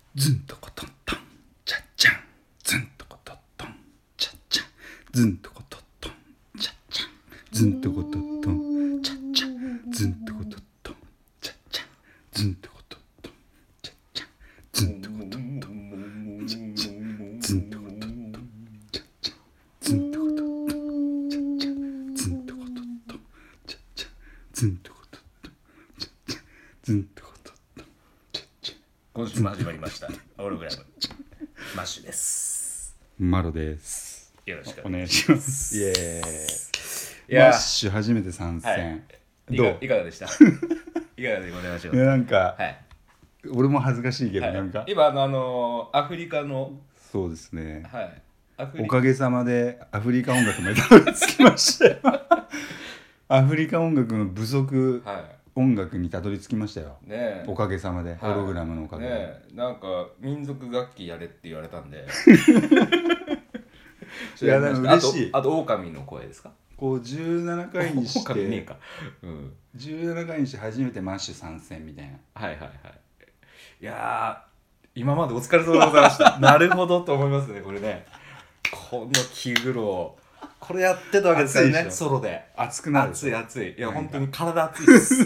ズンとコトントンチャッチャン、ズンとコトントンチャッチャン、ズンとコトントンチャッチャン、ズンとコトントンチャッチャン、ズンとコトントンチャッチャン、ズンとコトントンチャッチャン、ズンとコトントンチャッチャン、ズンとコトントンチャッチャン、ズンとコトントンチャッチャン、ズンとコトントンチャッチャン、ズンとコトントンチャッチャン、ズンとコトントン。 今週も始まりましたホログラムマッシュです。 マロです。 よろしくお願いします。イエーイ。マッシュ初めて参戦、 はい、 どういかがでしたいかがでございましょう。 なんか、 はい、 俺も恥ずかしいけど、 はい、 なんか今アフリカのそうですね、 はい、 おかげさまでアフリカ音楽までたどり着きましたよアフリカ音楽の部族、音楽にたどり着きましたよ、 ね、 おかげさまで、ホログラムのおかげで、 ね、なんか民族楽器やれって言われたんでいやでも嬉しい。 あと狼の声ですか。 こう17回にして狼ねえか、うん、 17回にして初めてマッシュ参戦みたいな。 はいはいはい。いや今までお疲れ様でございましたなるほどと思いますね、これね。この気苦労これやってたわけですよね、ソロで。 熱くなる。 熱い熱い。いや本当に体熱いです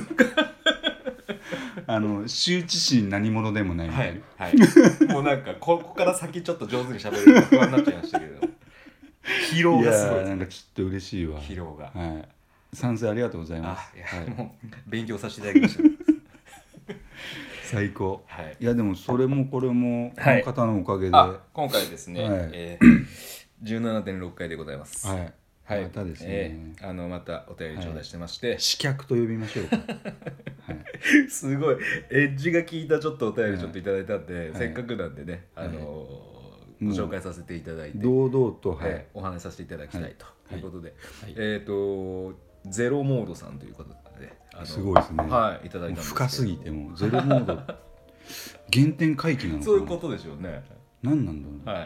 羞恥心何者でもないみたいな、 はいはい、もうなんかここから先ちょっと上手に喋るの不安になっちゃいましたけど疲労がすごいです。 いやなんかちょっと嬉しいわ、 疲労が。 はい、参戦ありがとうございます。 いや、 はい、 もう勉強させていただきました最高、 はい、 いやでもそれもこれもこの方のおかげで、 今回ですね、 はい 17.6 回でございます。 はいはい、 またですね、 またお便り頂戴してまして、 刺客と呼びましょうかはい、 すごいエッジが効いたちょっとお便りちょっといただいたんで、せっかくなんでね、ご紹介させていただいて堂々と、 お話しさせていただきたいということで、ゼロモードさんということですごいですね、 はい、いただいたんですけど、 深すぎてもうゼロモード原点回帰なのかな。 そういうことでしょうね。 何なんだろう、 はい、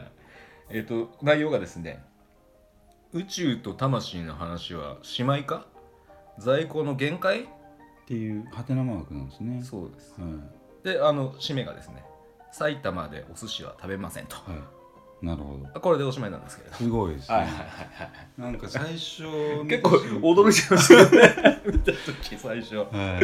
内容がですね、宇宙と魂の話はしまいか、在庫の限界っていうハテナマークなんですね。 そうです、 はい、 で締めがですね、埼玉でお寿司は食べませんと、はい、 なるほど。 これでおしまいなんですけれど、 すごいですね、 はいはいはいはい、 なんか最初結構驚いちゃいましたよね見た時最初、はい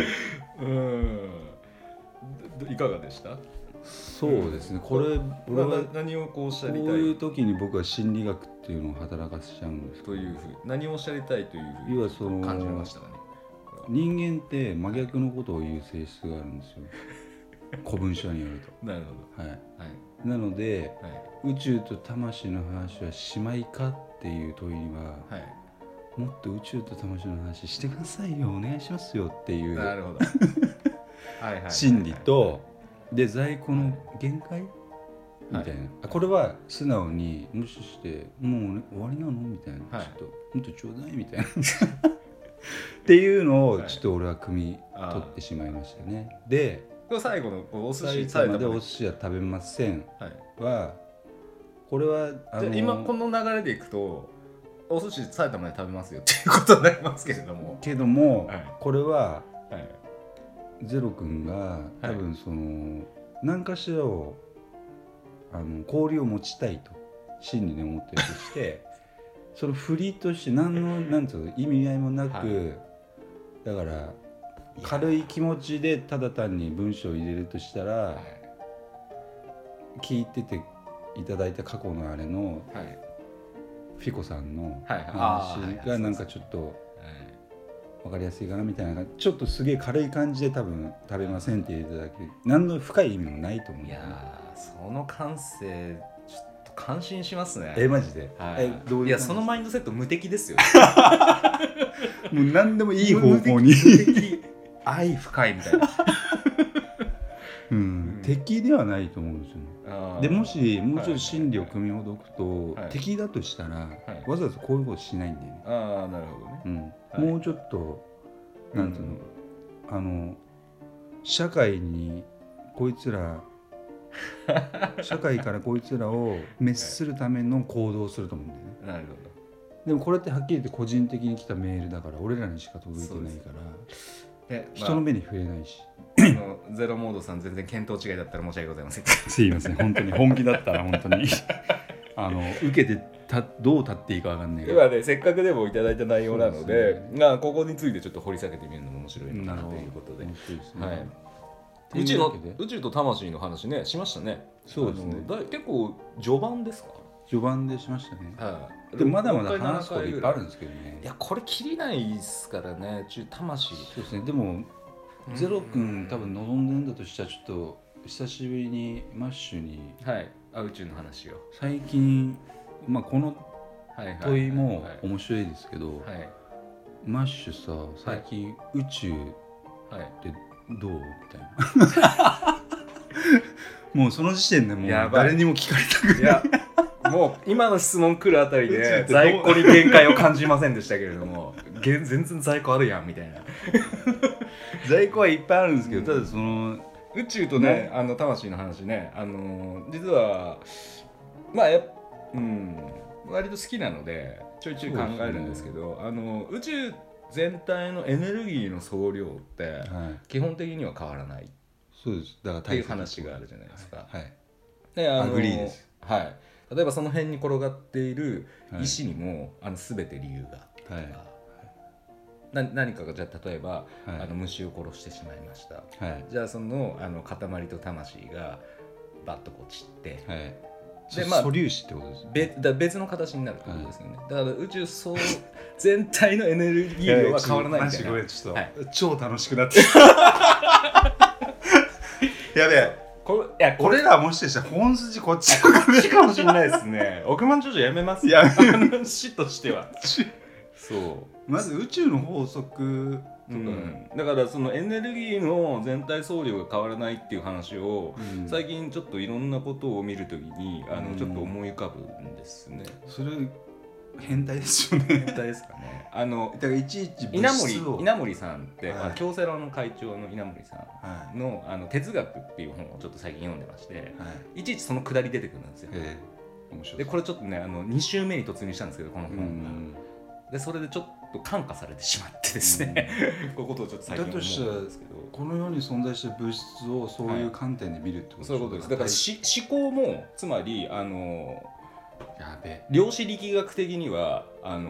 、いかがでした？ そうですね、これ俺は何をこうおっしゃりたい、 こういう時に僕は心理学っていうのを働かせちゃうんですけど、 というふう何をおっしゃりたいというふうに要はその感じましたかね。 人間って真逆のことを言う性質があるんですよ古文書によると。 なるほど、 はい、なので、宇宙と魂の話はしまいかっていう問いには、もっと宇宙と魂の話してくださいよ、お願いしますよっていうなるほど心理と、で在庫の限界みたいな、これは素直に無視してもう、終わりなのみたいな、ちょっともっとちょうだいみたいなっていうのをちょっと俺は汲み取ってしまいましたね。で最後のお寿司埼玉でお寿司は食べませんは、これは今この流れでいくとお寿司埼玉で食べますよっていうことになりますけれども、 これはゼロ君が多分その何かしらを交流を持ちたいと心理で思ってるとしてその振りとしてなんていうの意味合いもなく、だから軽い気持ちでただ単に文章を入れるとしたら、聞いてていただいた過去のあれの、フィコさんの話がなんかちょっと分かりやすいかなみたいな、ちょっとすげえ軽い感じで多分食べませんって言っていただける、何の深い意味もないと思う。 いやその感性ちょっと感心しますね。 マジで、 いやそのマインドセット無敵ですよもう何でもいい方向に愛深いみたいな敵ではないと思うんですよね。でもしもうちょっと心理を組みほどくと、敵だとしたら、わざわざこういうことしないんだよね。 なるほどね、 もうちょっとなんていうの、社会にこいつら社会からこいつらを滅するための行動をすると思うんだよね。 なるほど。 でもこれってはっきり言って個人的に来たメールだから俺らにしか届いてないから。 人の目に触れないし、 ゼロモードさん全然見当違いだったら申し訳ございません。 すいません本当に本気だったら本当に受けてどう立っていいか分かんないけど、 今ねせっかくでもいただいた内容なので、ここについてちょっと掘り下げてみるのも面白いのかなということで、 面白いですね、 はい、宇宙と魂の話ねしましたね。 そうですね、 結構序盤ですか？ 序盤でしましたね、 はい、 でもまだまだ話すこといっぱいあるんですけどね。 いやこれ切りないですからね、魂。 そうですね、でもゼロ君多分望んでるんだとしたら、ちょっと久しぶりにマッシュに、 はい、宇宙の話を最近、この問いも面白いですけど、 はい、 マッシュさ最近宇宙ってどうみたいなもうその時点でもう誰にも聞かれたくない。 いやもう今の質問来るあたりで在庫に限界を感じませんでしたけれども全然在庫あるやんみたいな在庫はいっぱいあるんですけど、ただその宇宙とね、魂の話ね、実は割と好きなのでちょいちょい考えるんですけど、宇宙全体のエネルギーの総量って基本的には変わらない、 そうです、だからっていう話があるじゃないですか。 はい、 でアグリーです。 はい、例えばその辺に転がっている石にも、全て理由があって、何かがじゃあ例えば、虫を殺してしまいました、じゃあその塊と魂がバッとこう散って、 で素粒子ってことですね。 別の形になるってことですよね。だから宇宙全体のエネルギー量は変わらないみたいな。 マジごめん、ちょっと、超楽しくなってやべえ、俺らもしかしたら本筋こっちかもしれないですね。億万長者やめますよ。死としては。そう。 まず宇宙の法則とか、 だからそのエネルギーの全体総量が変わらないっていう話を、最近ちょっといろんなことを見るときにちょっと思い浮かぶんですね。 それ変態ですよね。 変態ですかね。だからいちいち稲森さんって、京セラの会長の稲森さんの、哲学っていう本をちょっと最近読んでまして、いちいちそのくだり出てくるんですよ。 面白い。 でこれちょっとね2週目に突入したんですけど、この本が。でそれでちょっと感化されてしまってですね、こういうことをちょっと最近思うんですけど、 この世に存在している物質をそういう観点で見るってことですか？ そういうことです。だから思考もつまり量子力学的には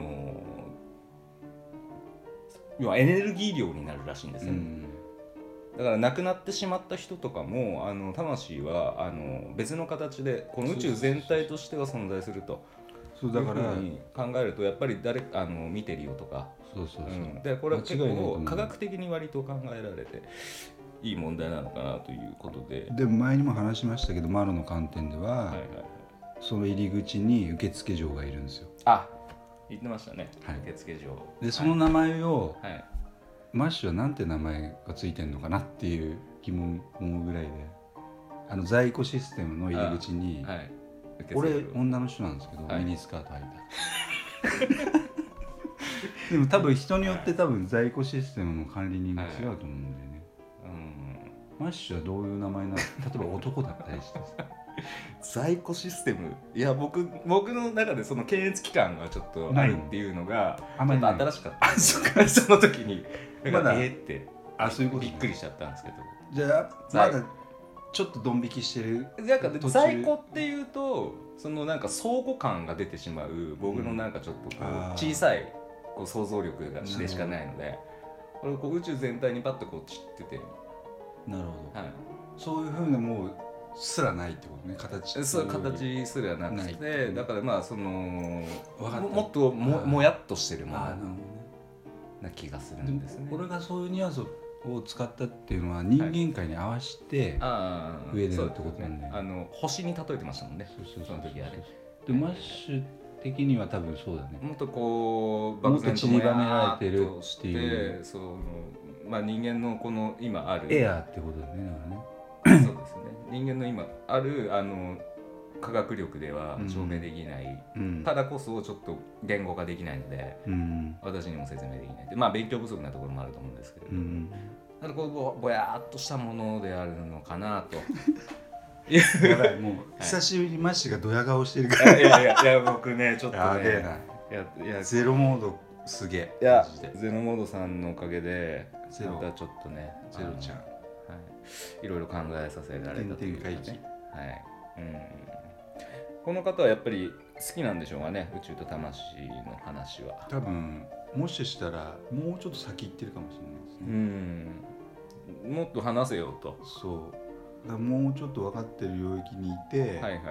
要はエネルギー量になるらしいんですよ、だから亡くなってしまった人とかも魂は別の形でこの宇宙全体としては存在すると。そうだから考えるとやっぱり見てるよとか、でこれは結構科学的に割と考えられていい問題なのかなということで。 でも前にも話しましたけど、マロの観点では、その入り口に受付嬢がいるんですよ。 言ってましたね、受付嬢でその名前を、マッシュはなんて名前がついてるのかなっていう疑問を思うぐらいで、在庫システムの入り口に、俺女の人なんですけど、ミニスカート履いたでも多分人によって在庫システムの管理人が違うと思うんでね、マッシュはどういう名前なの？例えば男だったりして在庫システム、いや僕の中でその検閲機関がちょっとあるっていうのがちょっと新しかったその時にまだってそういうこと、 びっくりしちゃったんですけど、 じゃあまだちょっとドン引きしてる。 なんか在庫っていうとそのなんか相互感が出てしまう僕のなんかちょっとこう小さいこう想像力でしかないので、これこう宇宙全体にパッとこう散ってて、 なるほど、そういう風なもうすらないってことね、形。 そういう形すらなくて、だからそのもっともやっとしてるものな気がするんですね。 これがそういうニュアンスを使ったっていうのは人間界に合わせて上でのってことなんで、 星に例えてましたもんね、その時あれで。マッシュ的には多分そうだね、 もっとこうもっと散りばめられてるっていう、 その人間のこの今あるエアーってことだね、 そうですね、人間の今ある科学力では証明できない、からこそちょっと言語化できないので、私にも説明できないで、勉強不足なところもあると思うんですけれど、なんかこうぼやっとしたものであるのかなとやばい、もう久しぶりにマッシュがドヤ顔してるからいや僕ねちょっとねゼロモードすげえ。 いやマジでゼノモードさんのおかげでゼロまたちょっとねゼロちゃん、 はい、いろいろ考えさせられたというか天々回帰ね、はい、この方はやっぱり好きなんでしょうがね、宇宙と魂の話は。 多分もしかしたらもうちょっと先行ってるかもしれないですね。 もっと話せよと。 そうだからもうちょっと分かってる領域にいて、 はいはいはいはい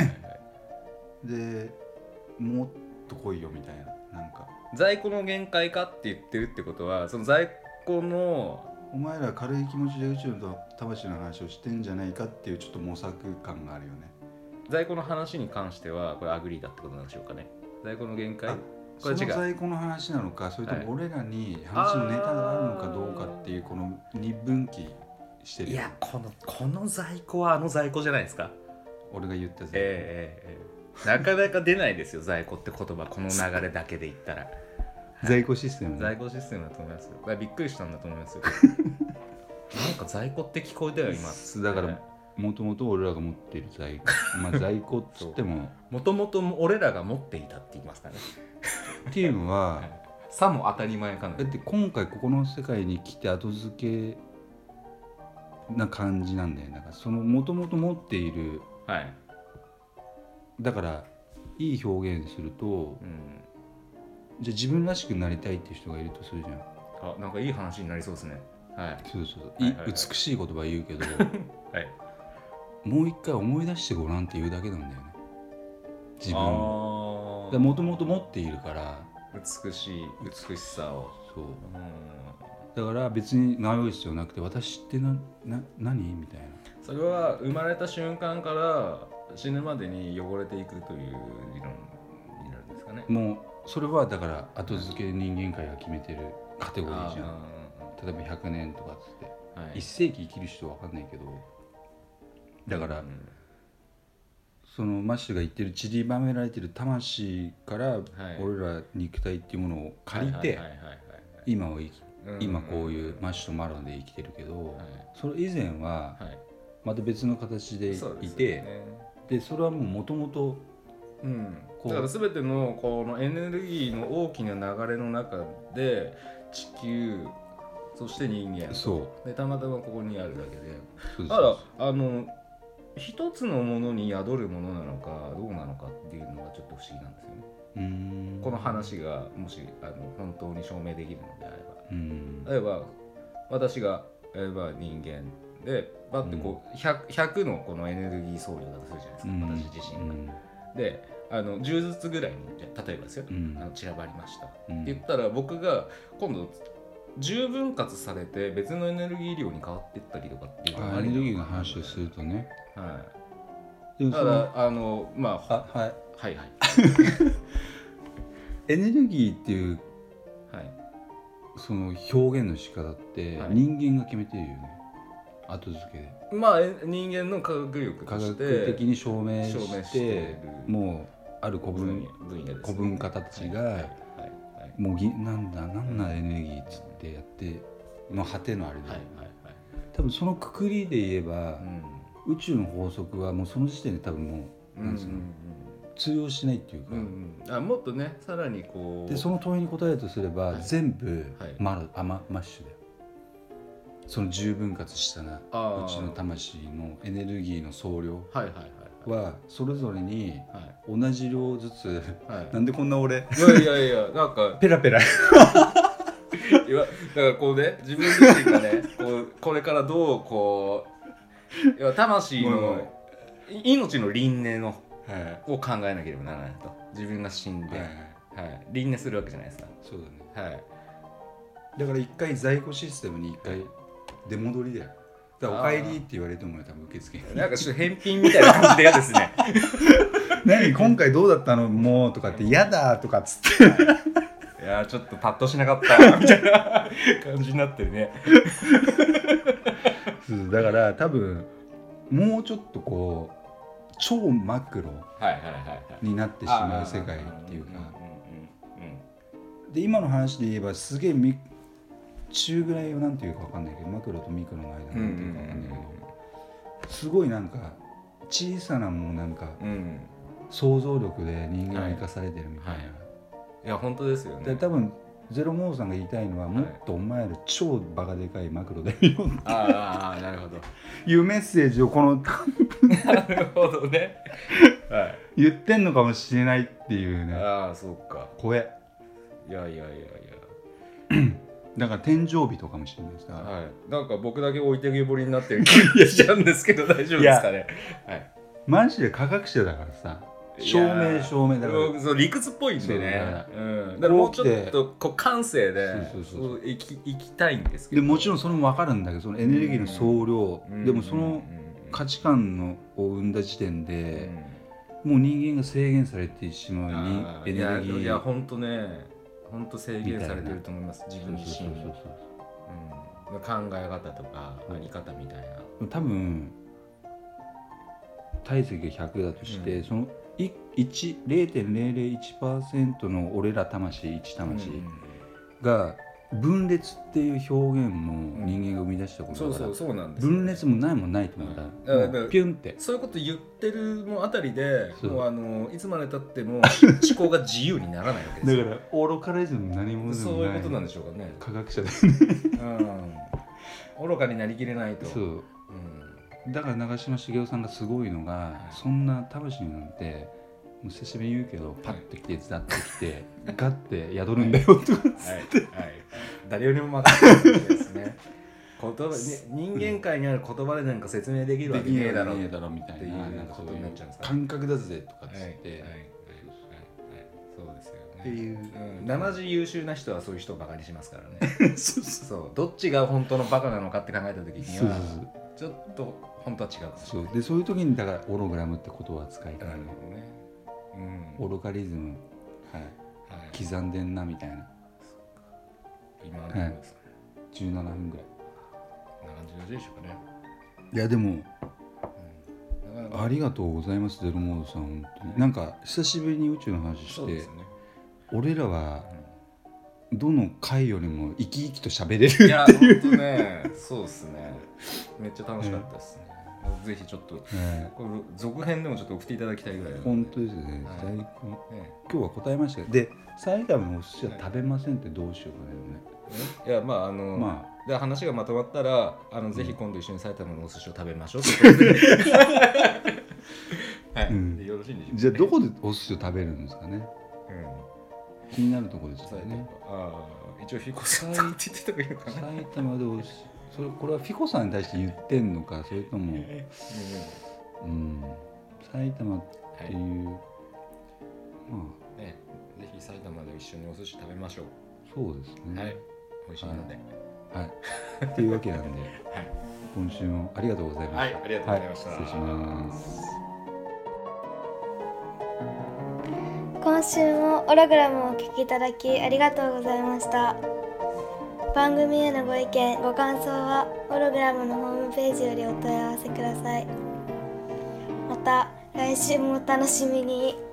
でもっと来いよみたいな、なんか在庫の限界かって言ってるってことは、その在庫のお前ら軽い気持ちで宇宙と魂の話をしてんじゃないかっていうちょっと模索感があるよね。 在庫の話に関してはこれアグリーだってことなんでしょうかね。在庫の限界、これ違う、 その在庫の話なのか、それとも俺らに話のネタがあるのかどうかっていう、この二分岐してる。 いやこの在庫はあの在庫じゃないですか。 俺が言った在庫、 なかなか出ないですよ在庫って言葉、この流れだけで言ったら在庫システム、ね、 在庫システムだと思いますよ。びっくりしたんだと思いますよなんか在庫って聞こえたよ今。 だからもともと俺らが持っている在庫、まあ在庫っつってももともと俺らが持っていたって言いますからねっていうのは、 さも当たり前かな。 だって今回ここの世界に来て後付けな感じなんだよ。だからそのもともと持っている、 はい、 だからいい表現すると、じゃあ自分らしくなりたいっていう人がいるとするじゃん。 あ、なんかいい話になりそうですね。はい。 そうそう、 はいはいはい、 美しい言葉言うけど、 はい、 もう一回思い出してごらんって言うだけなんだよね、自分を。もともと持っているから美しさを。 そう、だから別に迷う必要なくて、私って何みたいな。 それは生まれた瞬間から死ぬまでに汚れていくという理論になるんですかね。 もうそれはだから後付け人間界が決めてるカテゴリーじゃん。例えば100年とかっつって、はい、1世紀生きる人は分かんないけど、だから、そのマッシュが言ってる散りばめられてる魂から俺ら肉体っていうものを借りて今こういうマッシュとマロンで生きてるけど、それ以前はまた別の形でいて、でそれはもともとだから全てのこのエネルギーの大きな流れの中で地球、そして人間、そうでたまたまここにあるだけで、だから一つのものに宿るものなのかどうなのかっていうのがちょっと不思議なんですよね。この話がもし本当に証明できるのであれば、例えば私が人間でバッてこう 100のこのエネルギー総量だとするじゃないですか、私自身が。で10ずつぐらいにじゃ例えばですよ、散らばりました、って言ったら、僕が今度10分割されて別のエネルギー量に変わっていったりとかっていうのがエネルギーの話をするとね、 はい、だからまあはいエネルギーっていう、はい、その表現の仕方って人間が決めてるよね、後付けで。 まあ人間の科学力として科学的に証明してもうある古文家たちがもうなんだエネルギーっつってやっての果てのあれで、多分そのくくりで言えば、宇宙の法則はもうその時点で多分もうなんつうの、通用しないっていうか、 もっとねさらにこうでその問いに答えるとすれば、全部マッシュだよ。その10分割したうちの魂のエネルギーの総量はそれぞれに同じ量ずつ、なんでこんな俺いやなんかペラペラだからこうね、自分自身がねこれからどうこう魂の命の輪廻のを考えなければならないと。自分が死んで輪廻するわけじゃないですか。 そうだね、だから一回在庫システムに一回出戻りだよ。だからお帰りって言われても多分受け付けない。 なんかちょっと返品みたいな感じで嫌ですね何今回どうだったのもうとかって嫌だとかっつっていやちょっとパッとしなかったみたいな感じになってるねだから多分もうちょっとこう超マクロになってしまう世界っていうか、で今の話で言えばすげえ中ぐらいをなんていうか分かんないけど、マクロとミクロの間なんていうか分かんないけど、すごいなんか小さなもうなんか想像力で人間は生かされてるみたいな、 いや本当ですよね。 で多分ゼロモードさんが言いたいのは、もっとお前ら超バカでかいマクロで見ようってああなるほどいうメッセージをこのなるほどね、はい、 言ってんのかもしれないっていうね。 ああそうか、 怖え。 いやだから天井日とかもしれないです。 はい、なんか僕だけ置いてけぼりになってる気がしちゃうんですけど大丈夫ですかね。はい、 マジで科学者だからさ、証明だからそう理屈っぽいんでね。だからもうちょっとこう感性でいきたいんですけど、 でもちろんそれも分かるんだけど、そのエネルギーの総量、でもその価値観を生んだ時点で、もう人間が制限されてしまうにエネルギー、 いや本当ね、本当制限されてると思います、自分自身の考え方とかあり方みたいな。 多分体積が100だとして、その 0.001% の俺ら魂1魂が分裂っていう表現も人間が生み出したことだから、 そうなんです、 分裂もないもんないと思うんだ、ピュンってそういうこと言ってるのあたりで、もういつまでたっても思考が自由にならないわけですよ。 だから愚かレズム何もそういうことなんでしょうかね。 科学者だよね愚かになりきれないと。 そう、だから長嶋茂雄さんがすごいのが、そんな魂なんてもう久しぶりに言うけど、パッと来てザッと来てガッて宿るんだよとかつって、 誰よりも任せるですね。人間界にある言葉でなんか説明できるわけねえだろみたいなことになっちゃうんですか。 感覚だぜとかつって、 そうですよね。 っていう生地優秀な人はそういう人をバカにしますからね。そうどっちが本当のバカなのかって考えた時にはちょっと本当は違うかもしれない。 そういう時にだからオログラムって言葉を使いたい。オロガリズム、刻んでんなみたいな。 今のところですかね。 17分ぐらい。 こんな感じでしょうかね。 いやでも、ありがとうございますゼロモードさん、本当になんか久しぶりに宇宙の話して、俺らはどの回よりも生き生きと喋れるっていう。いや本当ね、そうですね。めっちゃ楽しかったですね。ぜひちょっと、これ続編でもちょっと送っていただきたいぐらい。 本当ですね。今日は答えましたけど、で埼玉のお寿司は食べませんってどうしようかね。 いやで話がまとまったらぜひ今度一緒に埼玉のお寿司を食べましょうってことで。よろしいんでしょうか。 じゃあどこでお寿司を食べるんですかね。気になるところですよね。 一応フィコさんって言ってた方がいいのかな。 埼玉でお寿司、これはフィコさんに対して言ってんのか、それとも埼玉っていうぜひ埼玉で一緒にお寿司食べましょう。 そうですね。 はい、美味しいので。 っていうわけなんで、今週もありがとうございました。 はい、ありがとうございました。 失礼します。 今週もオログラムをお聞きいただきありがとうございました。番組へのご意見ご感想はオログラムのホームページよりお問い合わせください。また来週もお楽しみに。